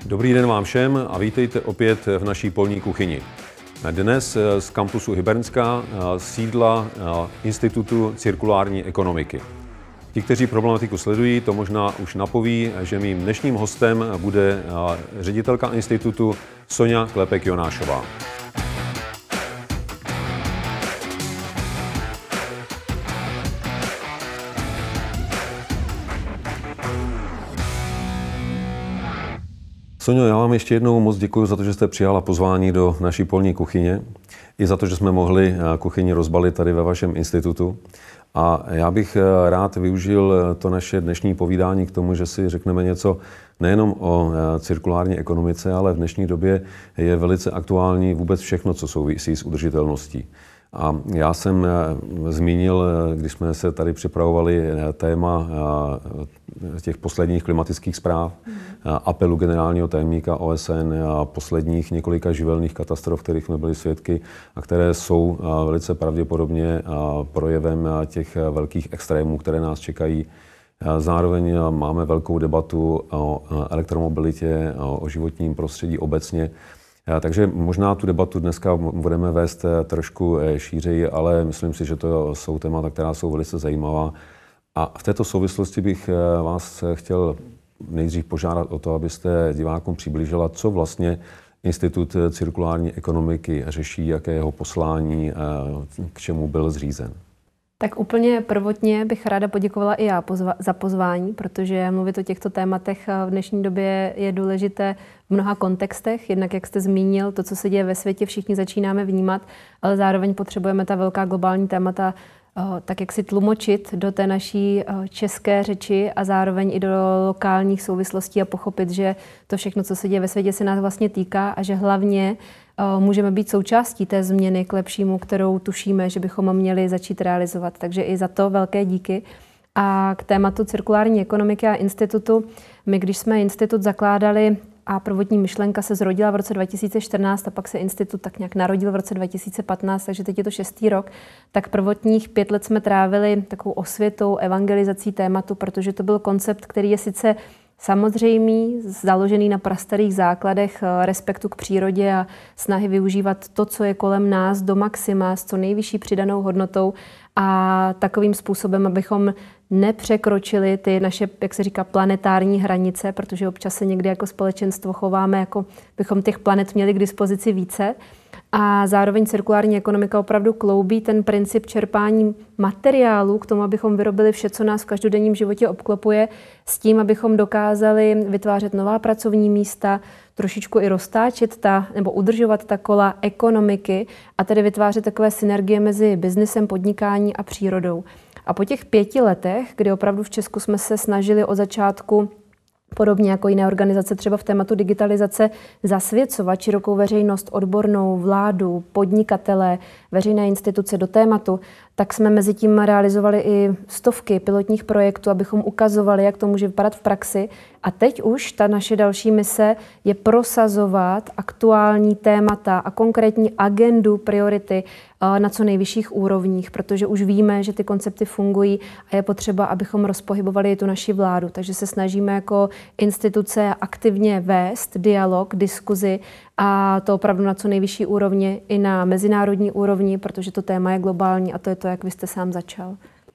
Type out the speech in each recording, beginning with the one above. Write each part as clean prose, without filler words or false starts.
Dobrý den vám všem a vítejte opět v naší polní kuchyni. Dnes z kampusu Hybernská, sídla Institutu cirkulární ekonomiky. Ti, kteří problematiku sledují, to možná už napoví, že mým dnešním hostem bude ředitelka institutu Soňa Klepek-Jonášová. Soňo, já vám ještě jednou moc děkuji za to, že jste přijala pozvání do naší polní kuchyně i za to, že jsme mohli kuchyni rozbalit tady ve vašem institutu. A já bych rád využil to naše dnešní povídání k tomu, že si řekneme něco nejenom o cirkulární ekonomice, ale v dnešní době je velice aktuální vůbec všechno, co souvisí s udržitelností. A já jsem zmínil, když jsme se tady připravovali téma těch posledních klimatických zpráv, apelu generálního tajemníka OSN a posledních několika živelných katastrof, kterých jsme byli svědky a které jsou velice pravděpodobně projevem těch velkých extrémů, které nás čekají. Zároveň máme velkou debatu o elektromobilitě, o životním prostředí obecně. Takže možná tu debatu dneska budeme vést trošku šířeji, ale myslím si, že to jsou témata, která jsou velice zajímavá. A v této souvislosti bych vás chtěl nejdřív požádat o to, abyste divákům přiblížila, co vlastně Institut cirkulární ekonomiky řeší, jaké jeho poslání, k čemu byl zřízen. Tak úplně prvotně bych ráda poděkovala i já za pozvání, protože mluvit o těchto tématech v dnešní době je důležité v mnoha kontextech. Jednak, jak jste zmínil, to, co se děje ve světě, všichni začínáme vnímat, ale zároveň potřebujeme ta velká globální témata tak jak si tlumočit do té naší české řeči a zároveň i do lokálních souvislostí a pochopit, že to všechno, co se děje ve světě, se nás vlastně týká a že hlavně můžeme být součástí té změny k lepšímu, kterou tušíme, že bychom měli začít realizovat. Takže i za to velké díky. A k tématu cirkulární ekonomiky a institutu, my když jsme institut zakládali a prvotní myšlenka se zrodila v roce 2014 a pak se institut tak nějak narodil v roce 2015, takže teď je to 6. rok, tak prvotních 5 let jsme trávili takovou osvětou, evangelizací tématu, protože to byl koncept, který je sice samozřejmý, založený na prastarých základech respektu k přírodě a snahy využívat to, co je kolem nás do maxima s co nejvyšší přidanou hodnotou a takovým způsobem, abychom nepřekročili ty naše, jak se říká, planetární hranice, protože občas se někdy jako společenstvo chováme, jako bychom těch planet měli k dispozici více. A zároveň cirkulární ekonomika opravdu kloubí ten princip čerpání materiálu k tomu, abychom vyrobili vše, co nás v každodenním životě obklopuje, s tím, abychom dokázali vytvářet nová pracovní místa, trošičku i roztáčet nebo udržovat ta kola ekonomiky a tedy vytvářet takové synergie mezi biznesem, podnikání a přírodou. A po těch 5 letech, kdy opravdu v Česku jsme se snažili od začátku podobně jako jiné organizace třeba v tématu digitalizace zasvěcovat širokou veřejnost, odbornou vládu, podnikatele, veřejné instituce do tématu, tak jsme mezi tím realizovali i stovky pilotních projektů, abychom ukazovali, jak to může vypadat v praxi. A teď už ta naše další mise je prosazovat aktuální témata a konkrétní agendu, priority na co nejvyšších úrovních, protože už víme, že ty koncepty fungují a je potřeba, abychom rozpohybovali i tu naši vládu. Takže se snažíme jako instituce aktivně vést dialog, diskuzi a to opravdu na co nejvyšší úrovni i na mezinárodní úrovni, protože to téma je globální a to je to, jak vy jste sám začal.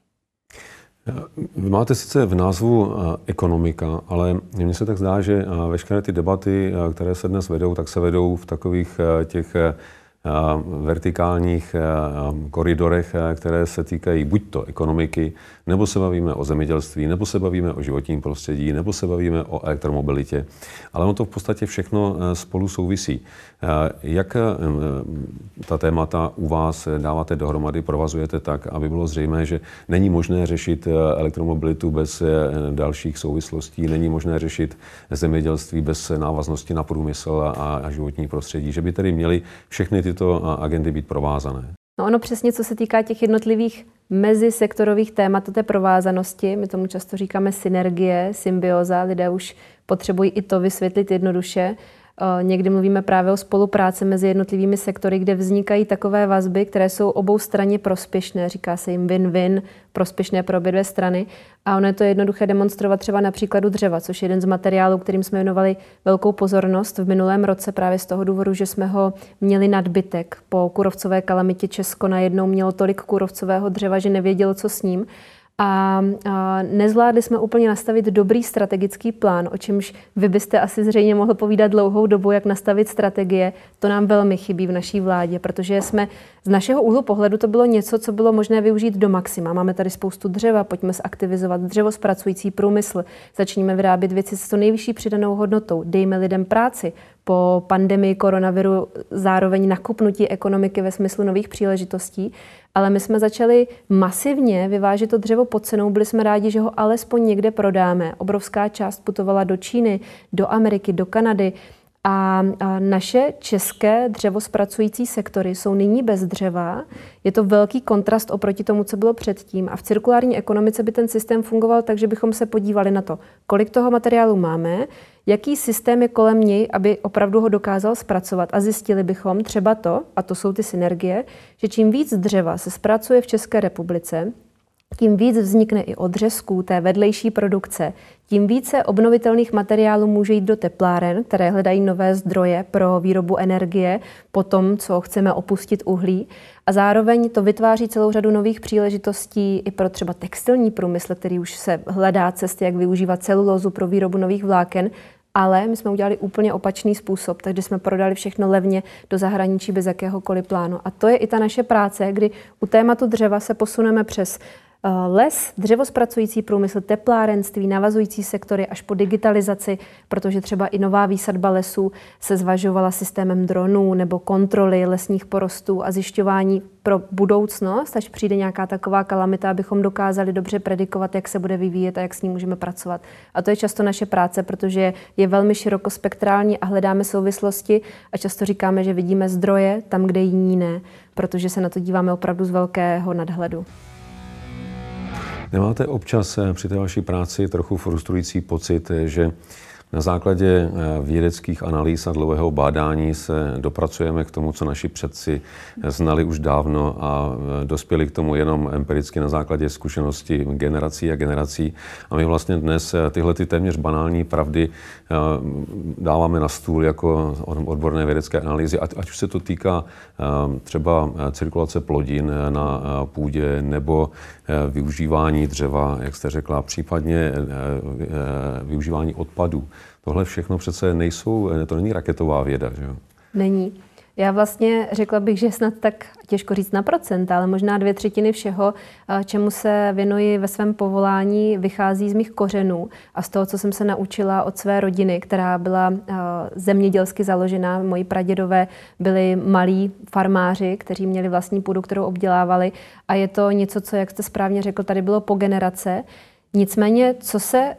Vy máte sice v názvu ekonomika, ale mně se tak zdá, že veškeré ty debaty, které se dnes vedou, tak se vedou v takových těch vertikálních koridorech, které se týkají buď to ekonomiky, nebo se bavíme o zemědělství, nebo se bavíme o životním prostředí, nebo se bavíme o elektromobilitě. Ale ono to v podstatě všechno spolu souvisí. Jak ta témata u vás dáváte dohromady, provazujete tak, aby bylo zřejmé, že není možné řešit elektromobilitu bez dalších souvislostí, není možné řešit zemědělství bez návaznosti na průmysl a životní prostředí, že by tedy měly všechny tyto agendy být provázané? No ono přesně, co se týká těch jednotlivých mezisektorových témat té provázanosti, my tomu často říkáme synergie, symbioza, lidé už potřebují i to vysvětlit jednoduše, Někdy mluvíme právě o spolupráci mezi jednotlivými sektory, kde vznikají takové vazby, které jsou obou straně prospěšné. Říká se jim win-win, prospěšné pro obě dvě strany. A ono je to jednoduché demonstrovat třeba na příkladu dřeva, což je jeden z materiálů, kterým jsme věnovali velkou pozornost v minulém roce právě z toho důvodu, že jsme ho měli nadbytek. Po kůrovcové kalamitě Česko najednou mělo tolik kůrovcového dřeva, že nevědělo, co s ním. A nezvládli jsme úplně nastavit dobrý strategický plán, o čemž vy byste asi zřejmě mohl povídat dlouhou dobu, jak nastavit strategie. To nám velmi chybí v naší vládě, protože jsme z našeho úhlu pohledu to bylo něco, co bylo možné využít do maxima. Máme tady spoustu dřeva, pojďme zaktivizovat dřevozpracující průmysl, začněme vyrábět věci s to nejvyšší přidanou hodnotou, dejme lidem práci. Po pandemii koronaviru zároveň nakopnutí ekonomiky ve smyslu nových příležitostí, ale my jsme začali masivně vyvážet to dřevo pod cenou, byli jsme rádi, že ho alespoň někde prodáme. Obrovská část putovala do Číny, do Ameriky, do Kanady a naše české dřevozpracující sektory jsou nyní bez dřeva. Je to velký kontrast oproti tomu, co bylo předtím a v cirkulární ekonomice by ten systém fungoval tak, že bychom se podívali na to, kolik toho materiálu máme, jaký systém je kolem něj, aby opravdu ho dokázal zpracovat a zjistili bychom třeba to, a to jsou ty synergie, že čím víc dřeva se zpracuje v České republice, tím víc vznikne i odřezků té vedlejší produkce, tím více obnovitelných materiálů může jít do tepláren, které hledají nové zdroje pro výrobu energie po tom, co chceme opustit uhlí. A zároveň to vytváří celou řadu nových příležitostí i pro třeba textilní průmysl, který už se hledá cesty, jak využívat celulózu pro výrobu nových vláken. Ale my jsme udělali úplně opačný způsob, takže jsme prodali všechno levně do zahraničí bez jakéhokoliv plánu. A to je i ta naše práce, kdy u tématu dřeva se posuneme přes les, dřevozpracující průmysl, teplárenství, navazující sektory až po digitalizaci, protože třeba i nová výsadba lesů se zvažovala systémem dronů nebo kontroly lesních porostů a zjišťování pro budoucnost, až přijde nějaká taková kalamita, abychom dokázali dobře predikovat, jak se bude vyvíjet a jak s ní můžeme pracovat. A to je často naše práce, protože je velmi širokospektrální a hledáme souvislosti a často říkáme, že vidíme zdroje tam, kde jiní ne, protože se na to díváme opravdu z velkého nadhledu. Nemáte občas při té vaší práci trochu frustrující pocit, že na základě vědeckých analýz a dlouhého bádání se dopracujeme k tomu, co naši předci znali už dávno a dospěli k tomu jenom empiricky na základě zkušenosti generací a generací. A my vlastně dnes tyhle ty téměř banální pravdy dáváme na stůl jako odborné vědecké analýzy, ať už se to týká třeba cirkulace plodin na půdě nebo využívání dřeva, jak jste řekla, případně využívání odpadů. Tohle všechno přece to není raketová věda, že jo? Není. Já vlastně řekla bych, že snad tak těžko říct na procenta, ale možná 2/3 všeho, čemu se věnuji ve svém povolání, vychází z mých kořenů a z toho, co jsem se naučila od své rodiny, která byla zemědělsky založená. Moji pradědové byli malí farmáři, kteří měli vlastní půdu, kterou obdělávali a je to něco, co, jak jste správně řekl, tady bylo po generace. Nicméně, co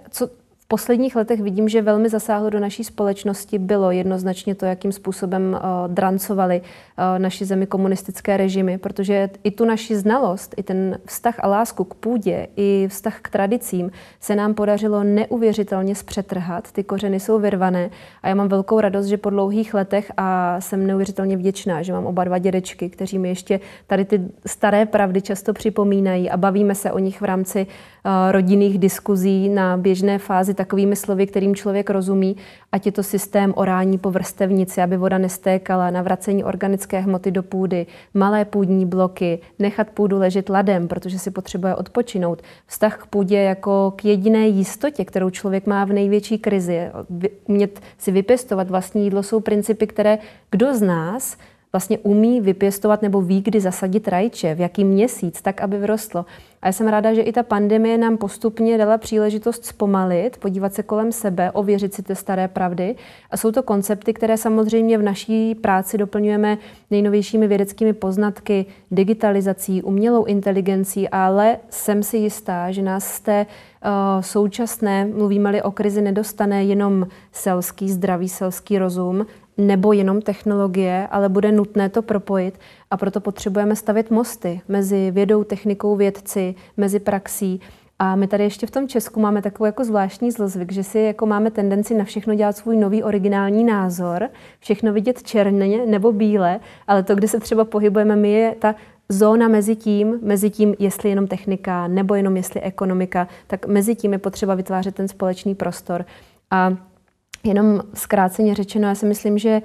v posledních letech vidím, že velmi zasáhlo do naší společnosti, bylo jednoznačně to, jakým způsobem drancovali naši zemi komunistické režimy, protože i tu naši znalost, i ten vztah a lásku k půdě, i vztah k tradicím se nám podařilo neuvěřitelně zpřetrhat. Ty kořeny jsou vyrvané a já mám velkou radost, že po dlouhých letech a jsem neuvěřitelně vděčná, že mám oba dva dědečky, kteří mi ještě tady ty staré pravdy často připomínají a bavíme se o nich v rámci rodinných diskuzí na běžné fázi takovými slovy, kterým člověk rozumí, ať je to systém orání po vrstevnici, aby voda nestékala, navracení organické hmoty do půdy, malé půdní bloky, nechat půdu ležet ladem, protože si potřebuje odpočinout. Vztah k půdě jako k jediné jistotě, kterou člověk má v největší krizi. Umět si vypěstovat vlastní jídlo jsou principy, které kdo z nás vlastně umí vypěstovat nebo ví, kdy zasadit rajče, v jaký měsíc, tak, aby vyrostlo. A já jsem ráda, že i ta pandemie nám postupně dala příležitost zpomalit, podívat se kolem sebe, ověřit si ty staré pravdy. A jsou to koncepty, které samozřejmě v naší práci doplňujeme nejnovějšími vědeckými poznatky, digitalizací, umělou inteligencí, ale jsem si jistá, že nás z té současné, mluvíme-li o krizi, nedostane jenom zdravý selský rozum, nebo jenom technologie, ale bude nutné to propojit a proto potřebujeme stavět mosty mezi vědou, technikou, vědci, mezi praxí A my tady ještě v tom Česku máme takovou jako zvláštní zlozvyk, že si jako máme tendenci na všechno dělat svůj nový originální názor, všechno vidět černě nebo bíle, ale to, kde se třeba pohybujeme my, je ta zóna mezi tím, jestli jenom technika nebo jenom jestli ekonomika, tak mezi tím je potřeba vytvářet ten společný prostor. A jenom zkráceně řečeno, já si myslím, že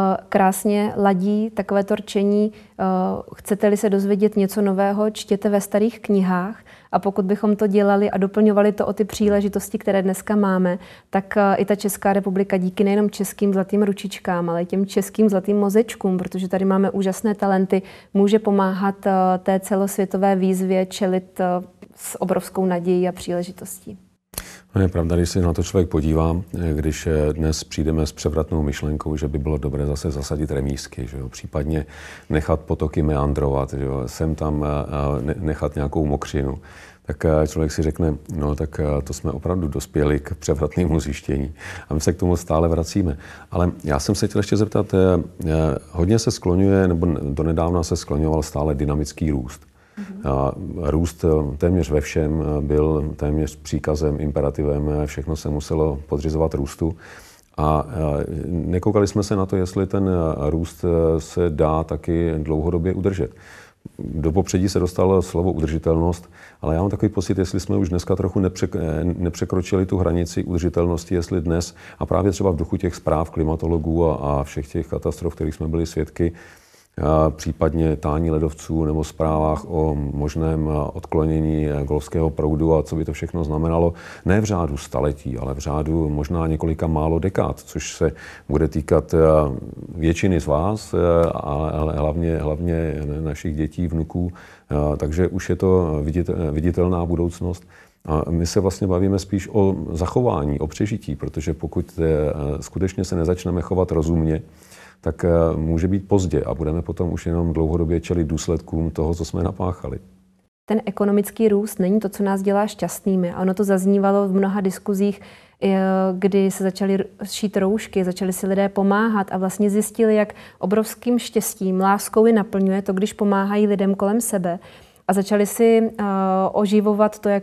krásně ladí takovéto rčení. Chcete-li se dozvědět něco nového, čtěte ve starých knihách. A pokud bychom to dělali a doplňovali to o ty příležitosti, které dneska máme, tak i ta Česká republika díky nejenom českým zlatým ručičkám, ale i těm českým zlatým mozečkům, protože tady máme úžasné talenty, může pomáhat té celosvětové výzvě čelit s obrovskou nadějí a příležitostí. No je pravda, když se na to člověk podívá, když dnes přijdeme s převratnou myšlenkou, že by bylo dobré zase zasadit remízky, že jo? Případně nechat potoky meandrovat, že jo? Sem tam nechat nějakou mokřinu, tak člověk si řekne, no tak to jsme opravdu dospěli k převratnému zjištění a my se k tomu stále vracíme. Ale já jsem se chtěl ještě zeptat, hodně se skloňuje, nebo donedávna se skloňoval stále dynamický růst. A růst téměř ve všem byl téměř příkazem, imperativem, všechno se muselo podřizovat růstu. A nekoukali jsme se na to, jestli ten růst se dá taky dlouhodobě udržet. Do popředí se dostalo slovo udržitelnost, ale já mám takový pocit, jestli jsme už dneska trochu nepřekročili tu hranici udržitelnosti, jestli dnes, a právě třeba v duchu těch zpráv klimatologů a všech těch katastrof, kterých jsme byli svědky, případně tání ledovců nebo zprávách o možném odklonění golfského proudu a co by to všechno znamenalo, ne v řádu staletí, ale v řádu možná několika málo dekád, což se bude týkat většiny z vás, ale hlavně našich dětí, vnuků, takže už je to viditelná budoucnost. A my se vlastně bavíme spíš o zachování, o přežití, protože pokud skutečně se nezačneme chovat rozumně, tak může být pozdě a budeme potom už jenom dlouhodobě čelit důsledkům toho, co jsme napáchali. Ten ekonomický růst není to, co nás dělá šťastnými. A ono to zaznívalo v mnoha diskuzích, kdy se začaly šít roušky, začali si lidé pomáhat a vlastně zjistili, jak obrovským štěstím, láskou je naplňuje to, když pomáhají lidem kolem sebe. A začali si oživovat to, jak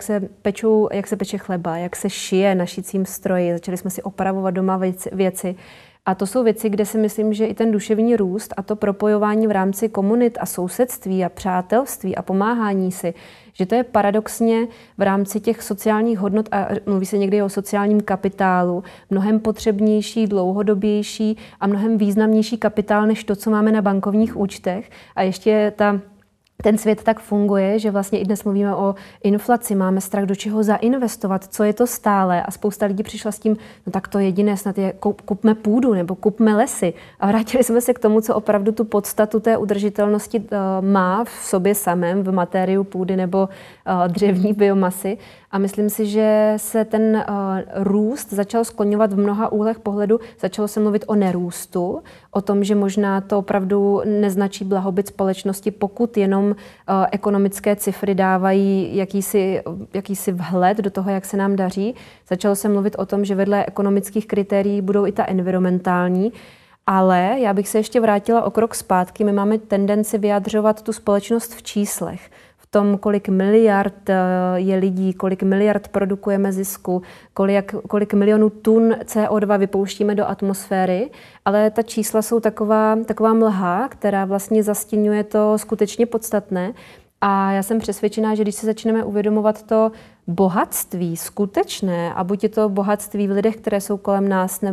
se peče chleba, jak se šije na šicím stroji. Začali jsme si opravovat doma věci. A to jsou věci, kde si myslím, že i ten duševní růst a to propojování v rámci komunit a sousedství a přátelství a pomáhání si, že to je paradoxně v rámci těch sociálních hodnot, a mluví se někdy o sociálním kapitálu, mnohem potřebnější, dlouhodobější a mnohem významnější kapitál, než to, co máme na bankovních účtech. A ještě ten svět tak funguje, že vlastně i dnes mluvíme o inflaci, máme strach, do čeho zainvestovat, co je to stále a spousta lidí přišla s tím, no tak to jediné snad je kupme půdu nebo kupme lesy a vrátili jsme se k tomu, co opravdu tu podstatu té udržitelnosti má v sobě samém, v matériu půdy nebo dřevní biomasy. A myslím si, že se ten růst začal skloňovat v mnoha úhlech pohledu. Začalo se mluvit o nerůstu, o tom, že možná to opravdu neznačí blahobyt společnosti, pokud jenom ekonomické cifry dávají jakýsi vhled do toho, jak se nám daří. Začalo se mluvit o tom, že vedle ekonomických kritérií budou i ta environmentální. Ale já bych se ještě vrátila o krok zpátky. My máme tendenci vyjadřovat tu společnost v číslech. Tom, kolik miliard je lidí, kolik miliard produkujeme zisku, kolik milionů tun CO2 vypouštíme do atmosféry, ale ta čísla jsou taková mlha, která vlastně zastěňuje to skutečně podstatné. A já jsem přesvědčená, že když se začneme uvědomovat to bohatství skutečné, a buď je to bohatství v lidech, kteří jsou kolem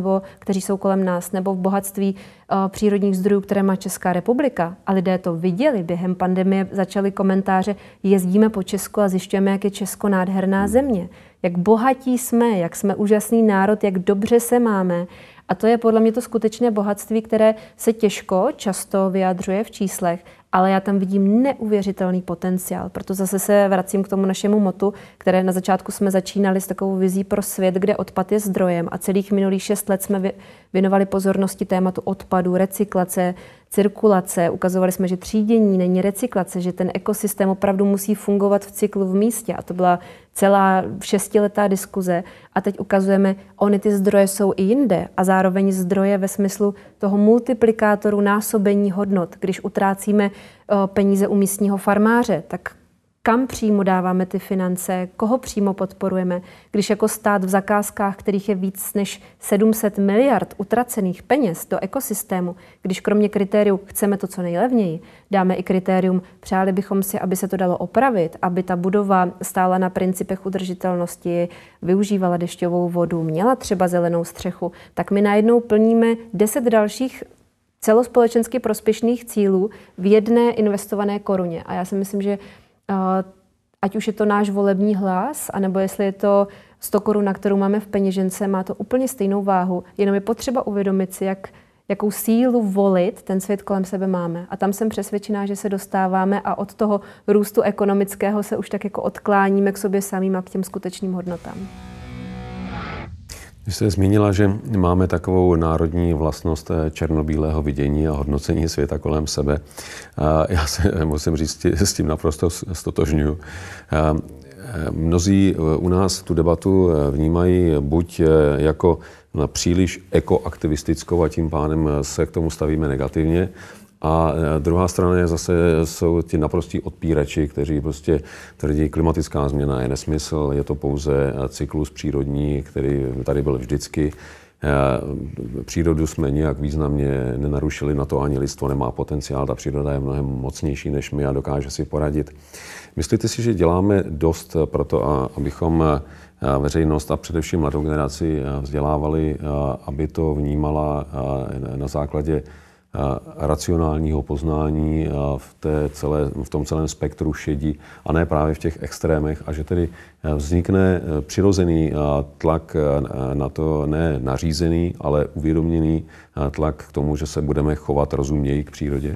nás, nebo v bohatství přírodních zdrojů, které má Česká republika, a lidé to viděli během pandemie, začaly komentáře, jezdíme po Česku a zjišťujeme, jak je Česko nádherná země, jak bohatí jsme, jak jsme úžasný národ, jak dobře se máme. A to je podle mě to skutečné bohatství, které se často vyjadřuje v číslech, ale já tam vidím neuvěřitelný potenciál. Proto zase se vracím k tomu našemu motu, které na začátku jsme začínali s takovou vizí pro svět, kde odpad je zdrojem, a celých minulých 6 let jsme věnovali pozornosti tématu odpadu, recyklace, cirkulace. Ukazovali jsme, že třídění není recyklace, že ten ekosystém opravdu musí fungovat v cyklu v místě. A to byla celá 6letá diskuze. A teď ukazujeme, ony ty zdroje jsou i jinde. A zároveň zdroje ve smyslu toho multiplikátoru násobení hodnot. Když utrácíme peníze u místního farmáře, tak kam přímo dáváme ty finance, koho přímo podporujeme, když jako stát v zakázkách, kterých je víc než 700 miliard utracených peněz do ekosystému, když kromě kritériu chceme to co nejlevněji, dáme i kritérium, přáli bychom si, aby se to dalo opravit, aby ta budova stála na principech udržitelnosti, využívala dešťovou vodu, měla třeba zelenou střechu, tak my najednou plníme 10 dalších celospolečensky prospěšných cílů v jedné investované koruně. A já si myslím, že ať už je to náš volební hlas, anebo jestli je to 100 korun, kterou máme v peněžence, má to úplně stejnou váhu. Jenom je potřeba uvědomit si, jakou sílu volit ten svět kolem sebe máme. A tam jsem přesvědčená, že se dostáváme a od toho růstu ekonomického se už tak jako odkláníme k sobě samým a k těm skutečným hodnotám. Vy jste zmínila, že máme takovou národní vlastnost černobílého vidění a hodnocení světa kolem sebe. Já se musím říct, s tím naprosto stotožňuju. Mnozí u nás tu debatu vnímají buď jako příliš ekoaktivistickou a tím pádem se k tomu stavíme negativně, a druhá strana je zase jsou ti naprostí odpírači, kteří prostě tvrdí, klimatická změna je nesmysl, je to pouze cyklus přírodní, který tady byl vždycky. Přírodu jsme nějak významně nenarušili, na to ani lidstvo nemá potenciál, ta příroda je mnohem mocnější než my a dokáže si poradit. Myslíte si, že děláme dost pro to, abychom veřejnost a především mladou generaci vzdělávali, aby to vnímala na základě racionálního poznání v tom celém spektru šedí a ne právě v těch extrémech, a že tedy vznikne přirozený tlak na to, ne nařízený, ale uvědoměný tlak k tomu, že se budeme chovat rozumněji k přírodě?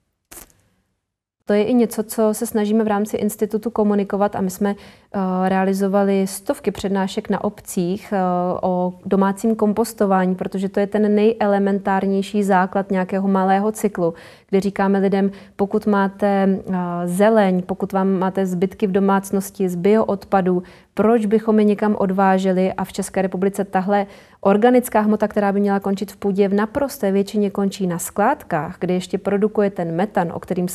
To je i něco, co se snažíme v rámci institutu komunikovat, a my jsme realizovali stovky přednášek na obcích o domácím kompostování, protože to je ten nejelementárnější základ nějakého malého cyklu, kde říkáme lidem, pokud máte zeleň, pokud vám máte zbytky v domácnosti z bioodpadů, proč bychom je někam odváželi, a v České republice tahle organická hmota, která by měla končit v půdě, v naprosté většině končí na skládkách, kde ještě produkuje ten metan, o kterém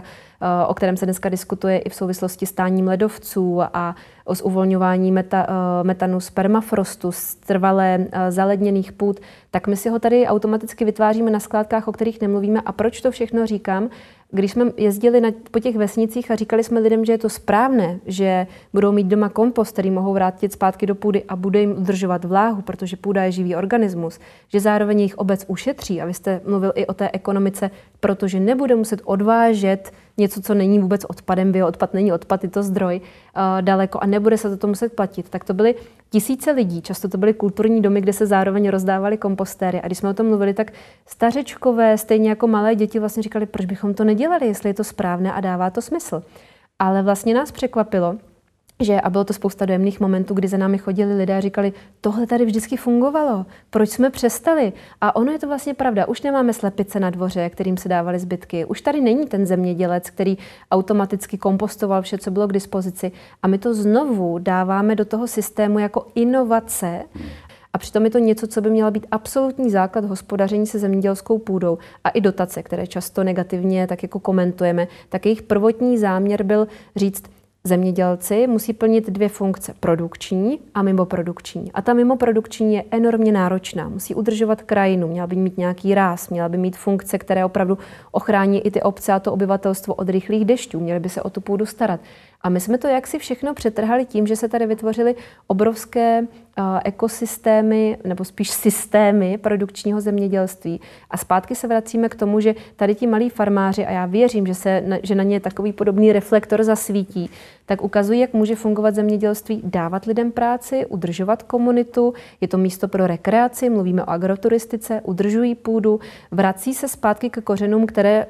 se dneska diskutuje i v souvislosti s táním ledovců a s uvolňování metanu z permafrostu, z trvalé zaledněných půd, tak my si ho tady automaticky vytváříme na skládkách, o kterých nemluvíme. A proč to všechno říkám? Když jsme jezdili po těch vesnicích a říkali jsme lidem, že je to správné, že budou mít doma kompost, který mohou vrátit zpátky do půdy a bude jim udržovat vláhu, protože půda je živý organismus, že zároveň jejich obec ušetří, a vy jste mluvil i o té ekonomice, protože nebude muset odvážet něco, co není vůbec odpadem, bioodpad není odpad, je to zdroj daleko a nebude se to muset platit. Tak to byly tisíce lidí, často to byly kulturní domy, kde se zároveň rozdávaly kompostéry. A když jsme o tom mluvili, tak stařečkové, stejně jako malé děti, vlastně říkali, proč bychom to nedělali, jestli je to správné a dává to smysl. Ale vlastně nás překvapilo, a bylo to spousta dojemných momentů, kdy za námi chodili lidé a říkali, tohle tady vždycky fungovalo, proč jsme přestali? A ono je to vlastně pravda, už nemáme slepice na dvoře, kterým se dávaly zbytky, už tady není ten zemědělec, který automaticky kompostoval vše, co bylo k dispozici, a my to znovu dáváme do toho systému jako inovace. A přitom je to něco, co by měla být absolutní základ hospodaření se zemědělskou půdou. A i dotace, které často negativně tak jako komentujeme, tak jejich prvotní záměr byl říct, zemědělci musí plnit dvě funkce, produkční a mimoprodukční. A ta mimoprodukční je enormně náročná. Musí udržovat krajinu, měla by mít nějaký ráz, měla by mít funkce, které opravdu ochrání i ty obce a to obyvatelstvo od rychlých dešťů, měly by se o tu půdu starat. A my jsme to jaksi všechno přetrhali tím, že se tady vytvořily obrovské ekosystémy, nebo spíš systémy produkčního zemědělství. A zpátky se vracíme k tomu, že tady ti malí farmáři, a já věřím, že na ně takový podobný reflektor zasvítí, tak ukazují, jak může fungovat zemědělství, dávat lidem práci, udržovat komunitu, je to místo pro rekreaci, mluvíme o agroturistice, udržují půdu, vrací se zpátky k kořenům,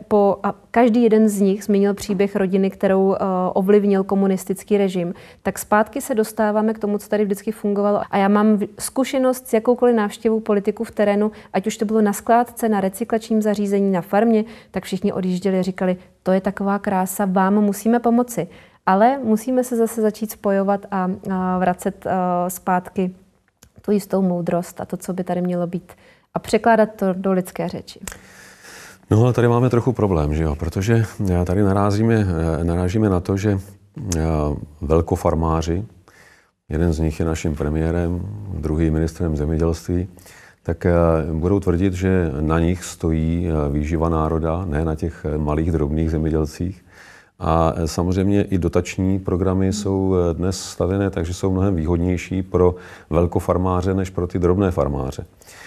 a každý jeden z nich zmínil příběh rodiny, kterou ovlivnil komunistický režim, tak zpátky se dostáváme k tomu, co tady vždycky fungovalo. A já mám zkušenost s jakoukoliv návštěvou politiků v terénu, ať už to bylo na skládce, na recyklačním zařízení, na farmě, tak všichni odjížděli a říkali, to je taková krása, vám musíme pomoci. Ale musíme se zase začít spojovat a vracet zpátky tu jistou moudrost a to, co by tady mělo být, a překládat to do lidské řeči. No ale tady máme trochu problém, že jo? Protože tady narážíme na to, že velkofarmáři, jeden z nich je naším premiérem, druhý ministrem zemědělství, tak budou tvrdit, že na nich stojí výživa národa, ne na těch malých, drobných zemědělcích. A samozřejmě i dotační programy jsou dnes stavěné, takže jsou mnohem výhodnější pro velkofarmáře než pro ty drobné farmáře.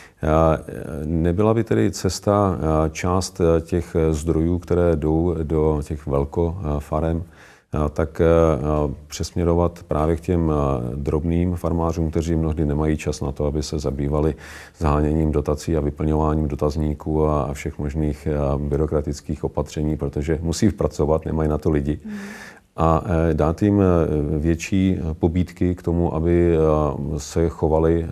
Nebyla by tedy cesta část těch zdrojů, které jdou do těch velkofarem, tak přesměrovat právě k těm drobným farmářům, kteří mnohdy nemají čas na to, aby se zabývali zháněním dotací a vyplňováním dotazníků a všech možných byrokratických opatření, protože musí pracovat, nemají na to lidi. A dát jim větší pobídky k tomu, aby se chovali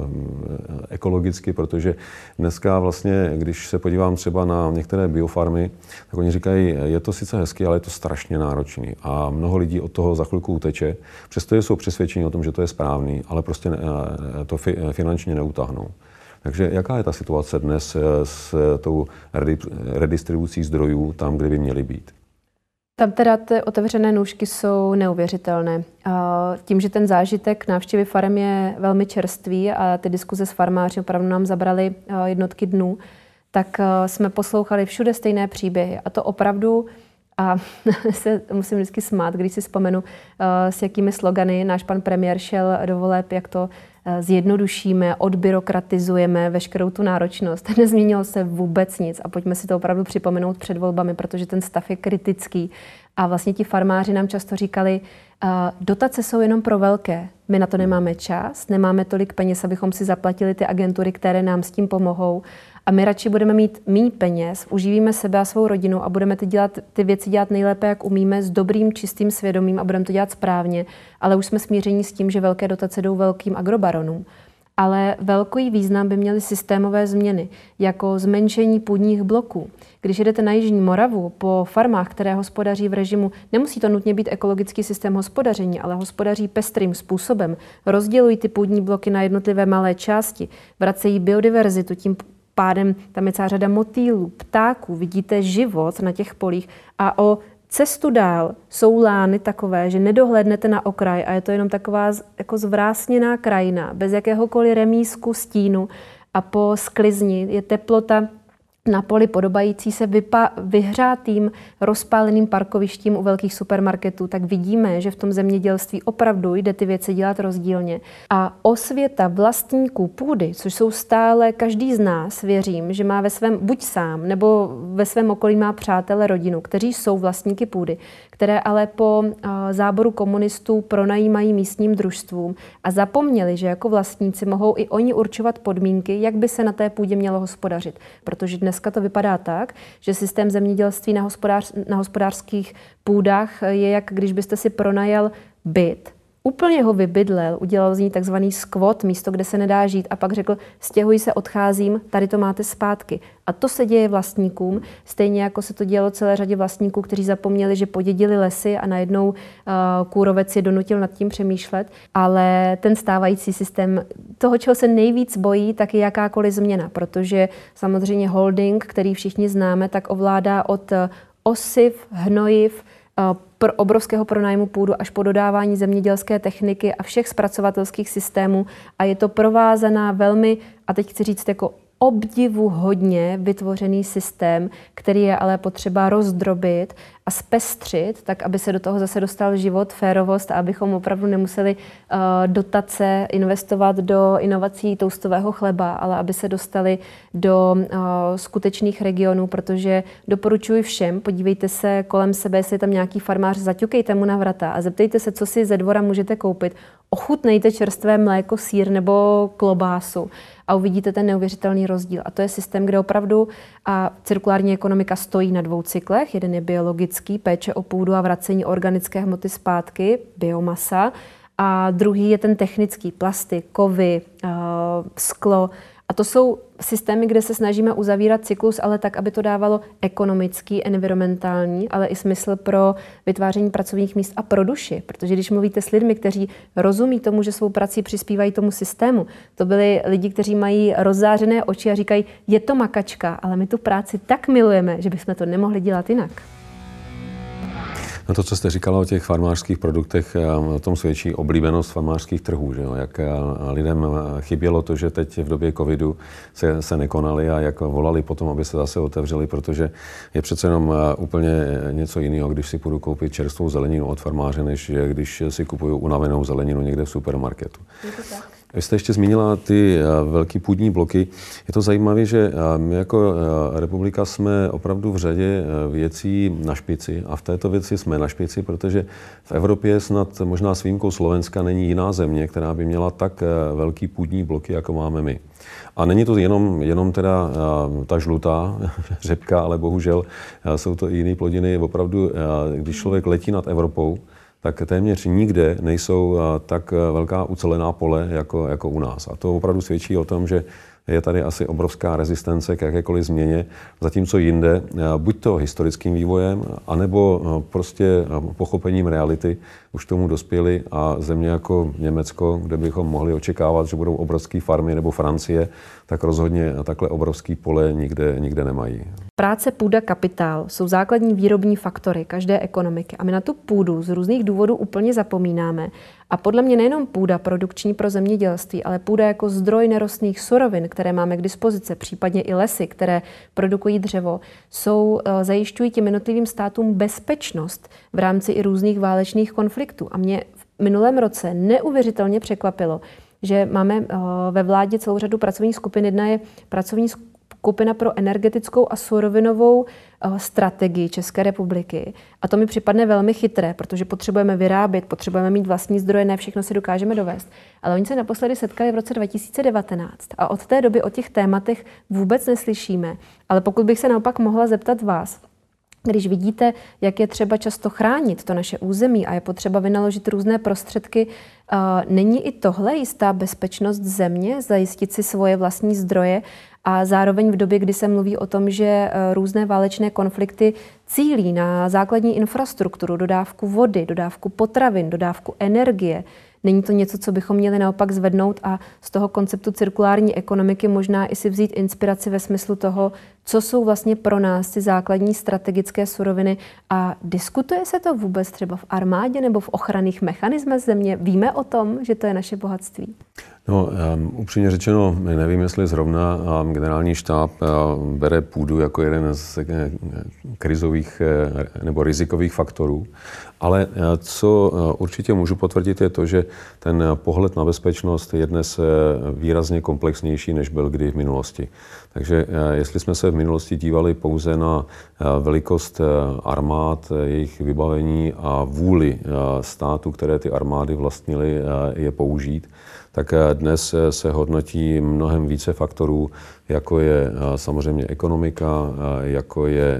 ekologicky, protože dneska vlastně, když se podívám třeba na některé biofarmy, tak oni říkají, je to sice hezky, ale je to strašně náročný. A mnoho lidí od toho za chvilku uteče, přestože jsou přesvědčeni o tom, že to je správný, ale prostě to finančně neutáhnou. Takže jaká je ta situace dnes s tou redistribucí zdrojů tam, kde by měly být? Tam teda ty otevřené nůžky jsou neuvěřitelné. Tím, že ten zážitek návštěvy farem je velmi čerstvý a ty diskuze s farmáři opravdu nám zabraly jednotky dnů, tak jsme poslouchali všude stejné příběhy. A to opravdu, a se musím vždycky smát, když si vzpomenu, s jakými slogany náš pan premiér šel do voleb, jak to zjednodušíme, odbyrokratizujeme veškerou tu náročnost. Nezměnilo se vůbec nic a pojďme si to opravdu připomenout před volbami, protože ten stav je kritický. A vlastně ti farmáři nám často říkali, dotace jsou jenom pro velké. My na to nemáme čas, nemáme tolik peněz, abychom si zaplatili ty agentury, které nám s tím pomohou. A my radši budeme mít méně peněz, uživíme sebe a svou rodinu a budeme ty věci dělat nejlépe, jak umíme, s dobrým, čistým svědomím a budeme to dělat správně. Ale už jsme smíření s tím, že velké dotace jdou velkým agrobaronům. Ale velký význam by měly systémové změny, jako zmenšení půdních bloků. Když jedete na Jižní Moravu po farmách, které hospodaří v režimu, nemusí to nutně být ekologický systém hospodaření, ale hospodaří pestrým způsobem, rozdělují ty půdní bloky na jednotlivé malé části, vracejí biodiverzitu, tím pádem tam je celá řada motýlů, ptáků, vidíte život na těch polích a o cestu dál jsou lány takové, že nedohlédnete na okraj a je to jenom taková jako zvrásněná krajina, bez jakéhokoliv remízku, stínu a po sklizni je teplota na poli podobající se vyhřátým rozpáleným parkovištím u velkých supermarketů, tak vidíme, že v tom zemědělství opravdu jde ty věci dělat rozdílně. A osvěta vlastníků půdy, což jsou stále každý z nás, věřím, že má ve svém, buď sám, nebo ve svém okolí má přátele, rodinu, kteří jsou vlastníky půdy, které ale po záboru komunistů pronajímají místním družstvům a zapomněli, že jako vlastníci mohou i oni určovat podmínky, jak by se na té půdě mělo hospodařit. Protože dneska to vypadá tak, že systém zemědělství na hospodářských půdách je, jak když byste si pronajal byt, úplně ho vybydlel, udělal z ní takzvaný squat, místo, kde se nedá žít a pak řekl, stěhuji se, odcházím, tady to máte zpátky. A to se děje vlastníkům, stejně jako se to dělo celé řadě vlastníků, kteří zapomněli, že podědili lesy a najednou kůrovec je donutil nad tím přemýšlet. Ale ten stávající systém, toho, čeho se nejvíc bojí, tak je jakákoliv změna, protože samozřejmě holding, který všichni známe, tak ovládá od osiv, hnojiv, obrovského pronájmu půdu až po dodávání zemědělské techniky a všech zpracovatelských systémů a je to provázaná velmi, a teď chci říct jako obdivuhodně vytvořený systém, který je ale potřeba rozdrobit a zpestřit, tak aby se do toho zase dostal život, férovost a abychom opravdu nemuseli dotace investovat do inovací toastového chleba, ale aby se dostali do skutečných regionů, protože doporučuji všem, podívejte se kolem sebe, jestli je tam nějaký farmář, zaťukejte mu na vrata a zeptejte se, co si ze dvora můžete koupit. Ochutnejte čerstvé mléko, sýr nebo klobásu a uvidíte ten neuvěřitelný rozdíl. A to je systém, kde opravdu a cirkulární ekonomika stojí na dvou cyklech. Jeden je biologický, péče o půdu a vracení organické hmoty zpátky, biomasa. A druhý je ten technický, plasty, kovy, sklo. A to jsou systémy, kde se snažíme uzavírat cyklus, ale tak, aby to dávalo ekonomický, environmentální, ale i smysl pro vytváření pracovních míst a pro duši. Protože když mluvíte s lidmi, kteří rozumí tomu, že svou prací přispívají tomu systému, to byli lidi, kteří mají rozzářené oči a říkají, je to makačka, ale my tu práci tak milujeme, že bychom to nemohli dělat jinak. No to, co jste říkala o těch farmářských produktech, o tom svědčí oblíbenost farmářských trhů, že jo? Jak lidem chybělo to, že teď v době covidu se nekonali a jak volali potom, aby se zase otevřeli, protože je přece jenom úplně něco jiného, když si půjdu koupit čerstvou zeleninu od farmáře, než když si kupuju unavenou zeleninu někde v supermarketu. Vy jste ještě zmínila ty velký půdní bloky. Je to zajímavé, že my jako republika jsme opravdu v řadě věcí na špici a v této věci jsme na špici, protože v Evropě snad možná s výjimkou Slovenska není jiná země, která by měla tak velký půdní bloky, jako máme my. A není to jenom teda ta žlutá řepka, ale bohužel jsou to i jiné plodiny. Opravdu, když člověk letí nad Evropou, tak téměř nikde nejsou tak velká ucelená pole jako u nás. A to opravdu svědčí o tom, že je tady asi obrovská rezistence k jakékoliv změně, zatímco jinde, buď to historickým vývojem, anebo prostě pochopením reality, už k tomu dospěli a země jako Německo, kde bychom mohli očekávat, že budou obrovské farmy, nebo Francie, tak rozhodně takhle obrovský pole nikde nemají. Práce, půda, kapitál jsou základní výrobní faktory každé ekonomiky a my na tu půdu z různých důvodů úplně zapomínáme. A podle mě nejenom půda produkční pro zemědělství, ale půda jako zdroj nerostných surovin, které máme k dispozici, případně i lesy, které produkují dřevo, zajišťují těm jednotlivým státům bezpečnost v rámci i různých válečných konfliktů. A mě v minulém roce neuvěřitelně překvapilo, že máme ve vládě celou řadu pracovních skupin. Jedna je pracovní skupina pro energetickou a surovinovou strategii České republiky. A to mi připadne velmi chytré, protože potřebujeme vyrábět, potřebujeme mít vlastní zdroje, ne všechno si dokážeme dovést. Ale oni se naposledy setkali v roce 2019 a od té doby o těch tématech vůbec neslyšíme. Ale pokud bych se naopak mohla zeptat vás, když vidíte, jak je třeba často chránit to naše území a je potřeba vynaložit různé prostředky, není i tohle jistá bezpečnost země, zajistit si svoje vlastní zdroje a zároveň v době, kdy se mluví o tom, že různé válečné konflikty cílí na základní infrastrukturu, dodávku vody, dodávku potravin, dodávku energie, není to něco, co bychom měli naopak zvednout a z toho konceptu cirkulární ekonomiky možná i si vzít inspiraci ve smyslu toho, co jsou vlastně pro nás ty základní strategické suroviny a diskutuje se to vůbec třeba v armádě nebo v ochranných mechanismech země? Víme o tom, že to je naše bohatství? No, upřímně řečeno, nevím, jestli zrovna generální štáb bere půdu jako jeden z krizových nebo rizikových faktorů, ale co určitě můžu potvrdit je to, že ten pohled na bezpečnost je dnes výrazně komplexnější, než byl kdy v minulosti. Takže jestli jsme se v minulosti dívali pouze na velikost armád, jejich vybavení a vůli států, které ty armády vlastnily, je použít, tak dnes se hodnotí mnohem více faktorů, jako je samozřejmě ekonomika, jako je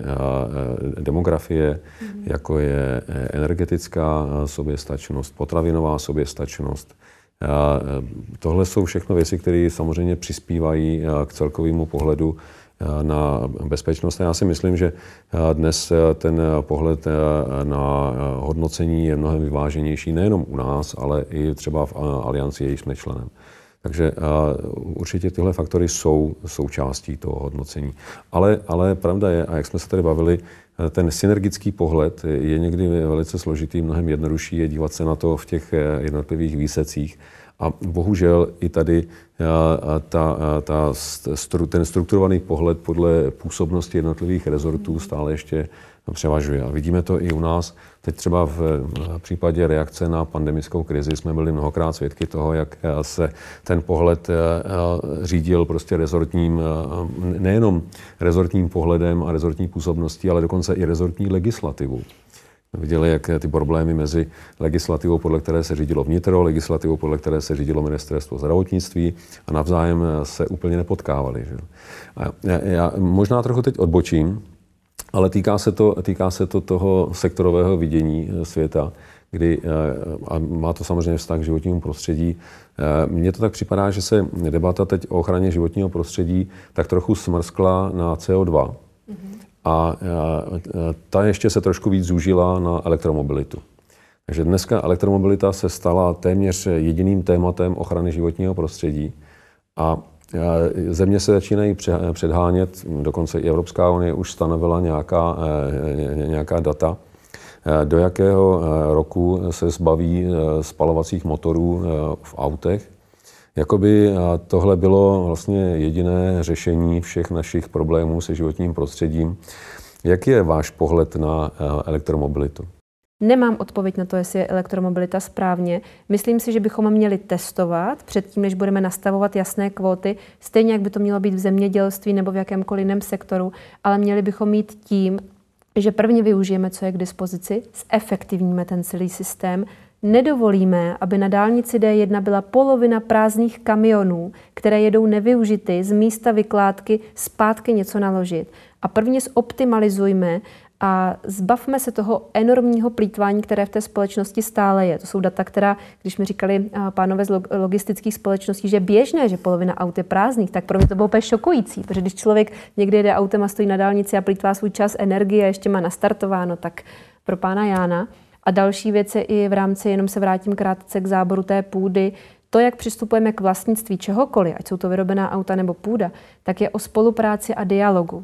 demografie, jako je energetická soběstačnost, potravinová soběstačnost. Tohle jsou všechno věci, které samozřejmě přispívají k celkovému pohledu na bezpečnost. A já si myslím, že dnes ten pohled na hodnocení je mnohem vyváženější nejenom u nás, ale i třeba v alianci, jejíž jsme členem. Takže určitě tyhle faktory jsou součástí toho hodnocení. Ale pravda je, a jak jsme se tady bavili, ten synergický pohled je někdy velice složitý, mnohem jednodušší je dívat se na to v těch jednotlivých výsecích. A bohužel i tady ten strukturovaný pohled podle působnosti jednotlivých rezortů stále ještě převažuje. A vidíme to i u nás. Teď třeba v případě reakce na pandemickou krizi jsme byli mnohokrát svědky toho, jak se ten pohled řídil prostě rezortním, nejenom rezortním pohledem a rezortní působností, ale dokonce i rezortní legislativou. Viděli, jak ty problémy mezi legislativou, podle které se řídilo vnitro, legislativou, podle které se řídilo ministerstvo zdravotnictví a navzájem se úplně nepotkávali. Že? A já možná trochu teď odbočím, ale týká se to toho sektorového vidění světa, kdy, a má to samozřejmě vztah k životnímu prostředí. Mně to tak připadá, že se debata teď o ochraně životního prostředí tak trochu smrskla na CO2. A ta ještě se trošku víc zúžila na elektromobilitu. Takže dneska elektromobilita se stala téměř jediným tématem ochrany životního prostředí a země se začínají předhánět, dokonce i Evropská unie už stanovila nějaká data, do jakého roku se zbaví spalovacích motorů v autech. Jakoby tohle bylo vlastně jediné řešení všech našich problémů se životním prostředím. Jaký je váš pohled na elektromobilitu? Nemám odpověď na to, jestli je elektromobilita správně. Myslím si, že bychom měli testovat předtím, než budeme nastavovat jasné kvóty, stejně jak by to mělo být v zemědělství nebo v jakémkoliv jiném sektoru, ale měli bychom mít tím, že prvně využijeme, co je k dispozici, zefektivníme ten celý systém, nedovolíme, aby na dálnici D1 byla polovina prázdných kamionů, které jedou nevyužity z místa vykládky zpátky něco naložit. A prvně zoptimalizujme a zbavme se toho enormního plýtvání, které v té společnosti stále je. To jsou data, která, když mi říkali pánové z logistických společností, že běžné, že polovina aut je prázdných, tak pro mě to bylo úplně šokující, protože když člověk někdy jede autem a stojí na dálnici a plýtvá svůj čas, energie a ještě má nastartováno, tak pro pána Jána. A další věc je i v rámci, jenom se vrátím krátce k záboru té půdy, to, jak přistupujeme k vlastnictví čehokoliv, ať jsou to vyrobená auta nebo půda, tak je o spolupráci a dialogu.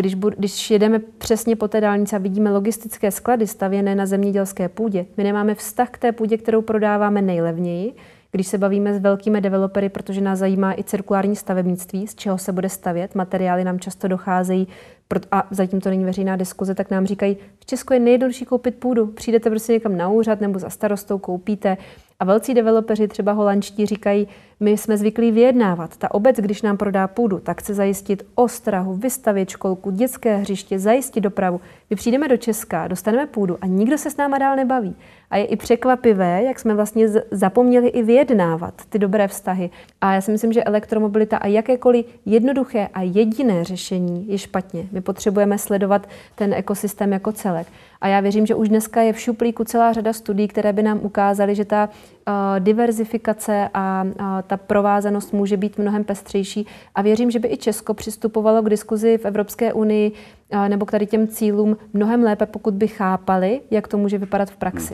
Když jedeme přesně po té dálnici a vidíme logistické sklady stavěné na zemědělské půdě, my nemáme vztah k té půdě, kterou prodáváme nejlevněji, když se bavíme s velkými developery, protože nás zajímá i cirkulární stavebnictví, z čeho se bude stavět, materiály nám často docházejí, a zatím to není veřejná diskuze, tak nám říkají, v Česku je nejjednodušší koupit půdu. Přijdete prostě někam na úřad nebo za starostou, koupíte. A velcí developeři, třeba holandští, říkají, my jsme zvyklí vyjednávat. Ta obec, když nám prodá půdu, tak chce zajistit ostrahu, vystavět školku, dětské hřiště, zajistit dopravu. My přijdeme do Česka, dostaneme půdu a nikdo se s náma dál nebaví. A je i překvapivé, jak jsme vlastně zapomněli i vyjednávat ty dobré vztahy. A já si myslím, že elektromobilita a jakékoliv jednoduché a jediné řešení je špatně. My potřebujeme sledovat ten ekosystém jako celek. A já věřím, že už dneska je v šuplíku celá řada studií, které by nám ukázaly, že ta diverzifikace a ta provázanost může být mnohem pestřejší. A věřím, že by i Česko přistupovalo k diskuzi v Evropské unii nebo k tady těm cílům mnohem lépe, pokud by chápali, jak to může vypadat v praxi.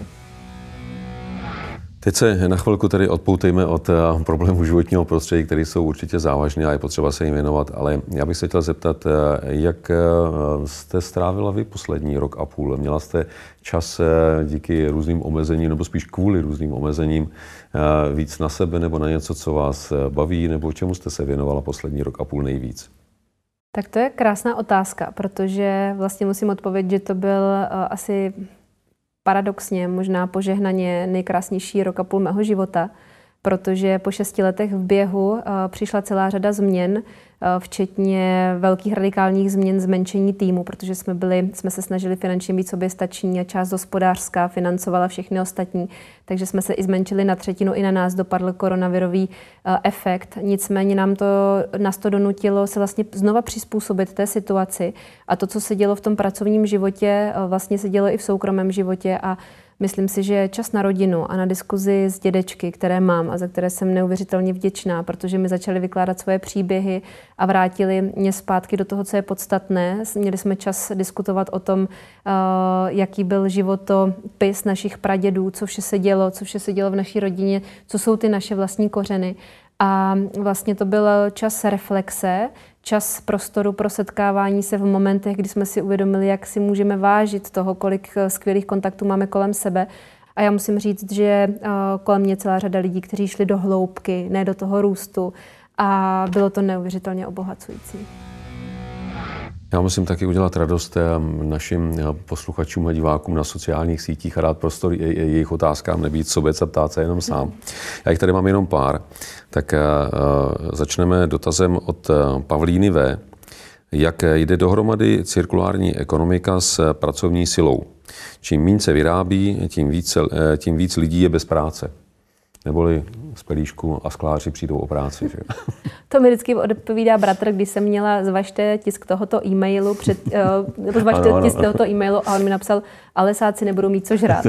Teď se na chvilku tedy odpoutejme od problémů životního prostředí, které jsou určitě závažné a je potřeba se jim věnovat, ale já bych se chtěl zeptat, jak jste strávila vy poslední rok a půl? Měla jste čas díky různým omezením, nebo spíš kvůli různým omezením, víc na sebe nebo na něco, co vás baví, nebo čemu jste se věnovala poslední rok a půl nejvíc? Tak to je krásná otázka, protože vlastně musím odpovědět, že to byl asi paradoxně, možná požehnaně nejkrásnější rok a půl mého života, protože po 6 letech v běhu přišla celá řada změn, včetně velkých radikálních změn zmenšení týmu, protože jsme se snažili finančně být soběstační a část hospodářská financovala všechny ostatní, takže jsme se i zmenšili na třetinu, i na nás dopadl koronavirový efekt. Nicméně nás to donutilo se vlastně znova přizpůsobit té situaci a to, co se dělo v tom pracovním životě, vlastně se dělo i v soukromém životě a myslím si, že čas na rodinu a na diskuzi s dědečky, které mám a za které jsem neuvěřitelně vděčná, protože mi začaly vykládat svoje příběhy a vrátili mě zpátky do toho, co je podstatné. Měli jsme čas diskutovat o tom, jaký byl životopis našich pradědů, co vše se dělo v naší rodině, co jsou ty naše vlastní kořeny. A vlastně to byl čas reflexe, čas prostoru pro setkávání se v momentech, kdy jsme si uvědomili, jak si můžeme vážit toho, kolik skvělých kontaktů máme kolem sebe. A já musím říct, že kolem mě celá řada lidí, kteří šli do hloubky, ne do toho růstu. A bylo to neuvěřitelně obohacující. Já musím taky udělat radost našim posluchačům a divákům na sociálních sítích a dát prostor jejich otázkám, nebýt sobec a ptát se jenom sám. Já jich tady mám jenom pár. Tak začneme dotazem od Pavlíny V. Jak jde dohromady cirkulární ekonomika s pracovní silou? Čím méně se vyrábí, tím víc lidí je bez práce. Neboli z pelíšku a skláři přijdou o práci. Že? To mi vždycky odpovídá bratr, když jsem měla zvažte tisk tohoto e-mailu, tisk tohoto e-mailu a on mi napsal, ale lesáci nebudou mít co žrát.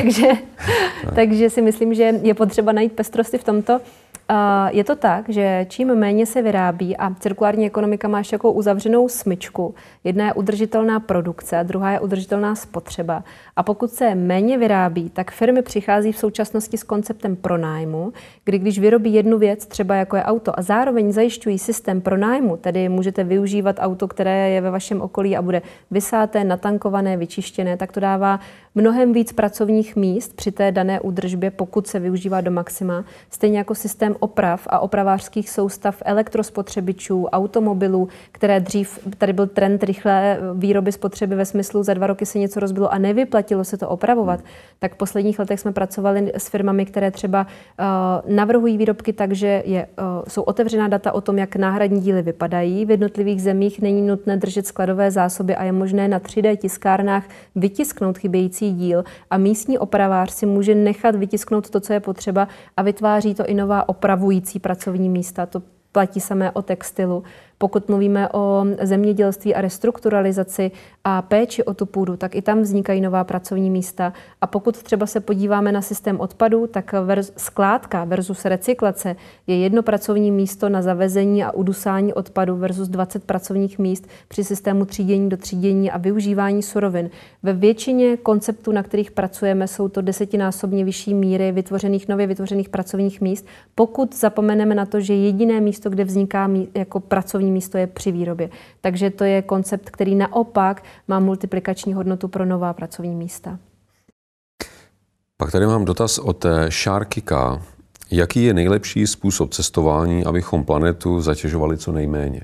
takže si myslím, že je potřeba najít pestrosti v tomto. Je to tak, že čím méně se vyrábí a cirkulární ekonomika má ještě takovou uzavřenou smyčku. Jedna je udržitelná produkce a druhá je udržitelná spotřeba. A pokud se méně vyrábí, tak firmy přichází v současnosti s konceptem pronájmu, kdy když vyrobí jednu věc, třeba jako je auto, a zároveň zajišťují systém pronájmu, tedy můžete využívat auto, které je ve vašem okolí a bude vysáté, natankované, vyčištěné, tak to dává mnohem víc pracovních míst při té dané údržbě, pokud se využívá do maxima. Stejně jako systém oprav a opravářských soustav elektrospotřebičů, automobilů, které dřív, tady byl trend rychlé výroby spotřeby ve smyslu za 2 roky se něco rozbilo a nevyplatilo se to opravovat, tak v posledních letech jsme pracovali s firmami, které třeba navrhují výrobky tak, že jsou otevřená data o tom, jak náhradní díly vypadají. V jednotlivých zemích není nutné držet skladové zásoby a je možné na 3D tiskárnách vytisknout chybějící díl a místní opravář si může nechat vytisknout to, co je potřeba a vytváří to i nová opravující pracovní místa. To platí samé o textilu. Pokud mluvíme o zemědělství a restrukturalizaci a péči o tu půdu, tak i tam vznikají nová pracovní místa. A pokud třeba se podíváme na systém odpadů, tak skládka versus recyklace je 1 pracovní místo na zavezení a udusání odpadu versus 20 pracovních míst při systému třídění do třídění a využívání surovin. Ve většině konceptů, na kterých pracujeme, jsou to 10násobně vyšší míry nově vytvořených pracovních míst, pokud zapomeneme na to, že jediné místo, kde vzniká jako pracovní místo je při výrobě. Takže to je koncept, který naopak má multiplikační hodnotu pro nová pracovní místa. Pak tady mám dotaz od Sharky K. Jaký je nejlepší způsob cestování, abychom planetu zatěžovali co nejméně?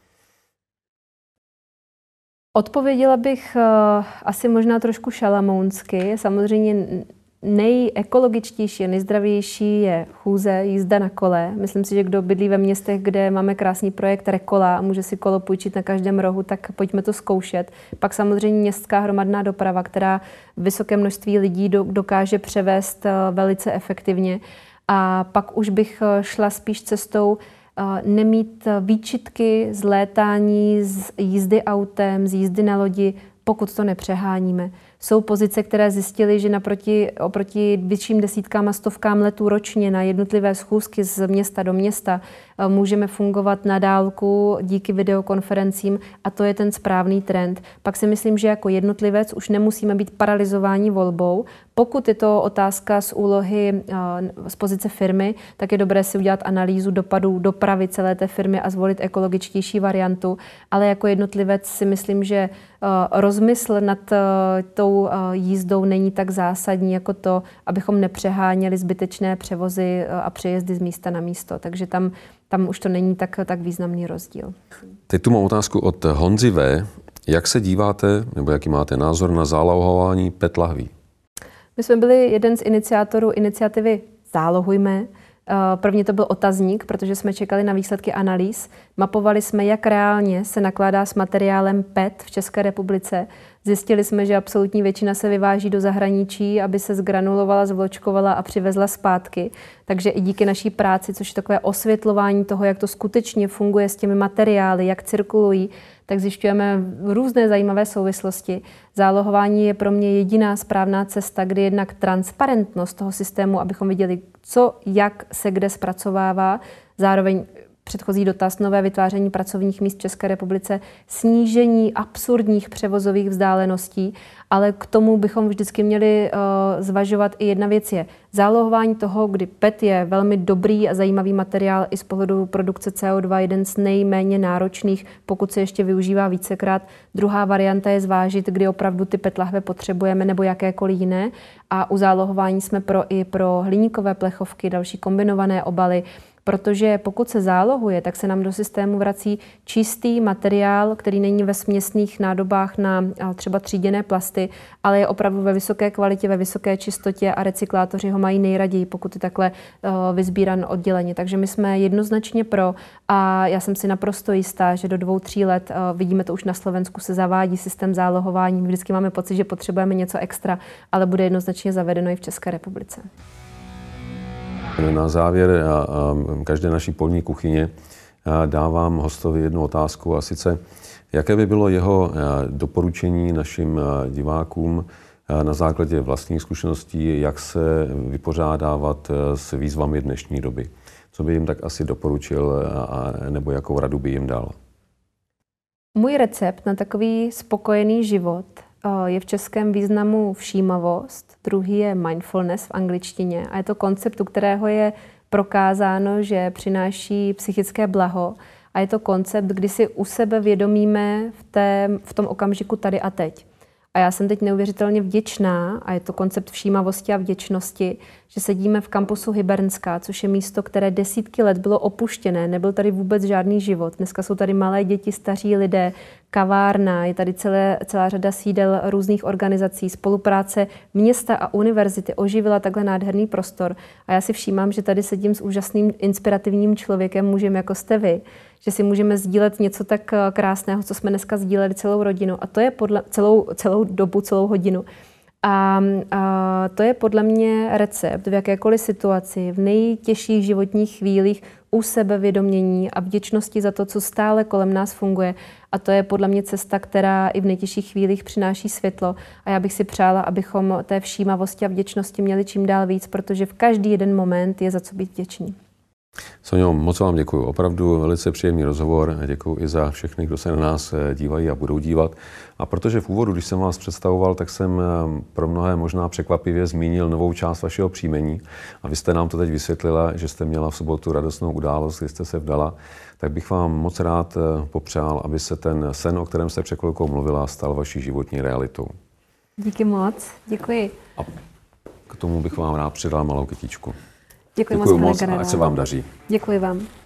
Odpověděla bych asi možná trošku šalamounsky. Samozřejmě nejekologičtější a nejzdravější je chůze, jízda na kole. Myslím si, že kdo bydlí ve městech, kde máme krásný projekt Rekola a může si kolo půjčit na každém rohu, tak pojďme to zkoušet. Pak samozřejmě městská hromadná doprava, která vysoké množství lidí dokáže převést velice efektivně. A pak už bych šla spíš cestou nemít výčitky z létání, z jízdy autem, z jízdy na lodi, pokud to nepřeháníme. Jsou pozice, které zjistily, že oproti vyšším desítkám a stovkám letů ročně na jednotlivé schůzky z města do města můžeme fungovat na dálku díky videokonferencím a to je ten správný trend. Pak si myslím, že jako jednotlivec už nemusíme být paralyzováni volbou. Pokud je to otázka z úlohy z pozice firmy, tak je dobré si udělat analýzu dopadů dopravy celé té firmy a zvolit ekologičtější variantu. Ale jako jednotlivec si myslím, že rozmysl nad tou jízdou není tak zásadní jako to, abychom nepřeháněli zbytečné převozy a přejezdy z místa na místo. Takže tam už to není tak významný rozdíl. Teď tu mám otázku od Honzy V. Jak se díváte, nebo jaký máte názor na zálohování PET lahví? My jsme byli jeden z iniciátorů iniciativy Zálohujme. Prvně to byl otazník, protože jsme čekali na výsledky analýz. Mapovali jsme, jak reálně se nakládá s materiálem PET v České republice. Zjistili jsme, že absolutní většina se vyváží do zahraničí, aby se zgranulovala, zvločkovala a přivezla zpátky. Takže i díky naší práci, což je takové osvětlování toho, jak to skutečně funguje s těmi materiály, jak cirkulují, tak zjišťujeme různé zajímavé souvislosti. Zálohování je pro mě jediná správná cesta, kdy jednak transparentnost toho systému, abychom viděli, co, jak se kde zpracovává, zároveň předchozí dotaz, nové vytváření pracovních míst v České republice, snížení absurdních převozových vzdáleností, ale k tomu bychom vždycky měli zvažovat i jedna věc je zálohování toho, kdy PET je velmi dobrý a zajímavý materiál i z pohledu produkce CO2, jeden z nejméně náročných, pokud se ještě využívá vícekrát. Druhá varianta je zvážit, kdy opravdu ty PET lahve potřebujeme nebo jakékoliv jiné. A u zálohování jsme i pro hliníkové plechovky, další kombinované obaly, protože pokud se zálohuje, tak se nám do systému vrací čistý materiál, který není ve směsných nádobách na třeba tříděné plasty, ale je opravdu ve vysoké kvalitě, ve vysoké čistotě a recyklátoři ho mají nejraději, pokud je takhle vysbíran odděleně. Takže my jsme jednoznačně pro a já jsem si naprosto jistá, že do 2-3 let, vidíme to už na Slovensku, se zavádí systém zálohování. Vždycky máme pocit, že potřebujeme něco extra, ale bude jednoznačně zavedeno i v České republice. Na závěr každé naší polní kuchyně dávám hostovi jednu otázku a sice, jaké by bylo jeho doporučení našim divákům na základě vlastních zkušeností, jak se vypořádávat s výzvami dnešní doby. Co by jim tak asi doporučil nebo jakou radu by jim dal? Můj recept na takový spokojený život je v českém významu všímavost, druhý je mindfulness v angličtině a je to koncept, u kterého je prokázáno, že přináší psychické blaho a je to koncept, kdy si u sebe vědomíme v tom okamžiku tady a teď. A já jsem teď neuvěřitelně vděčná, a je to koncept všímavosti a vděčnosti, že sedíme v kampusu Hybernská, což je místo, které desítky let bylo opuštěné, nebyl tady vůbec žádný život. Dneska jsou tady malé děti, staří lidé, kavárna, je tady celá řada sídel různých organizací, spolupráce města a univerzity oživila takhle nádherný prostor. A já si všímám, že tady sedím s úžasným inspirativním člověkem, mužem jako jste vy, že si můžeme sdílet něco tak krásného, co jsme dneska sdíleli celou rodinu. A to je celou dobu, celou hodinu. A to je podle mě recept v jakékoliv situaci, v nejtěžších životních chvílích u sebevědomění a vděčnosti za to, co stále kolem nás funguje. A to je podle mě cesta, která i v nejtěžších chvílích přináší světlo. A já bych si přála, abychom té všímavosti a vděčnosti měli čím dál víc, protože v každý jeden moment je za co být vděčný. Soňo, moc vám děkuji. Opravdu velice příjemný rozhovor. Děkuji i za všechny, kdo se na nás dívají a budou dívat. A protože v úvodu, když jsem vás představoval, tak jsem pro mnohé možná překvapivě zmínil novou část vašeho příjmení. A vy jste nám to teď vysvětlila, že jste měla v sobotu radostnou událost, kdy jste se vdala. Tak bych vám moc rád popřál, aby se ten sen, o kterém jste před chvilkou mluvila, stal vaší životní realitou. Díky moc. Děkuji. A k tomu bych vám rád přidal malou kytičku. Děkuji moc a ať se vám daří. Děkuji vám.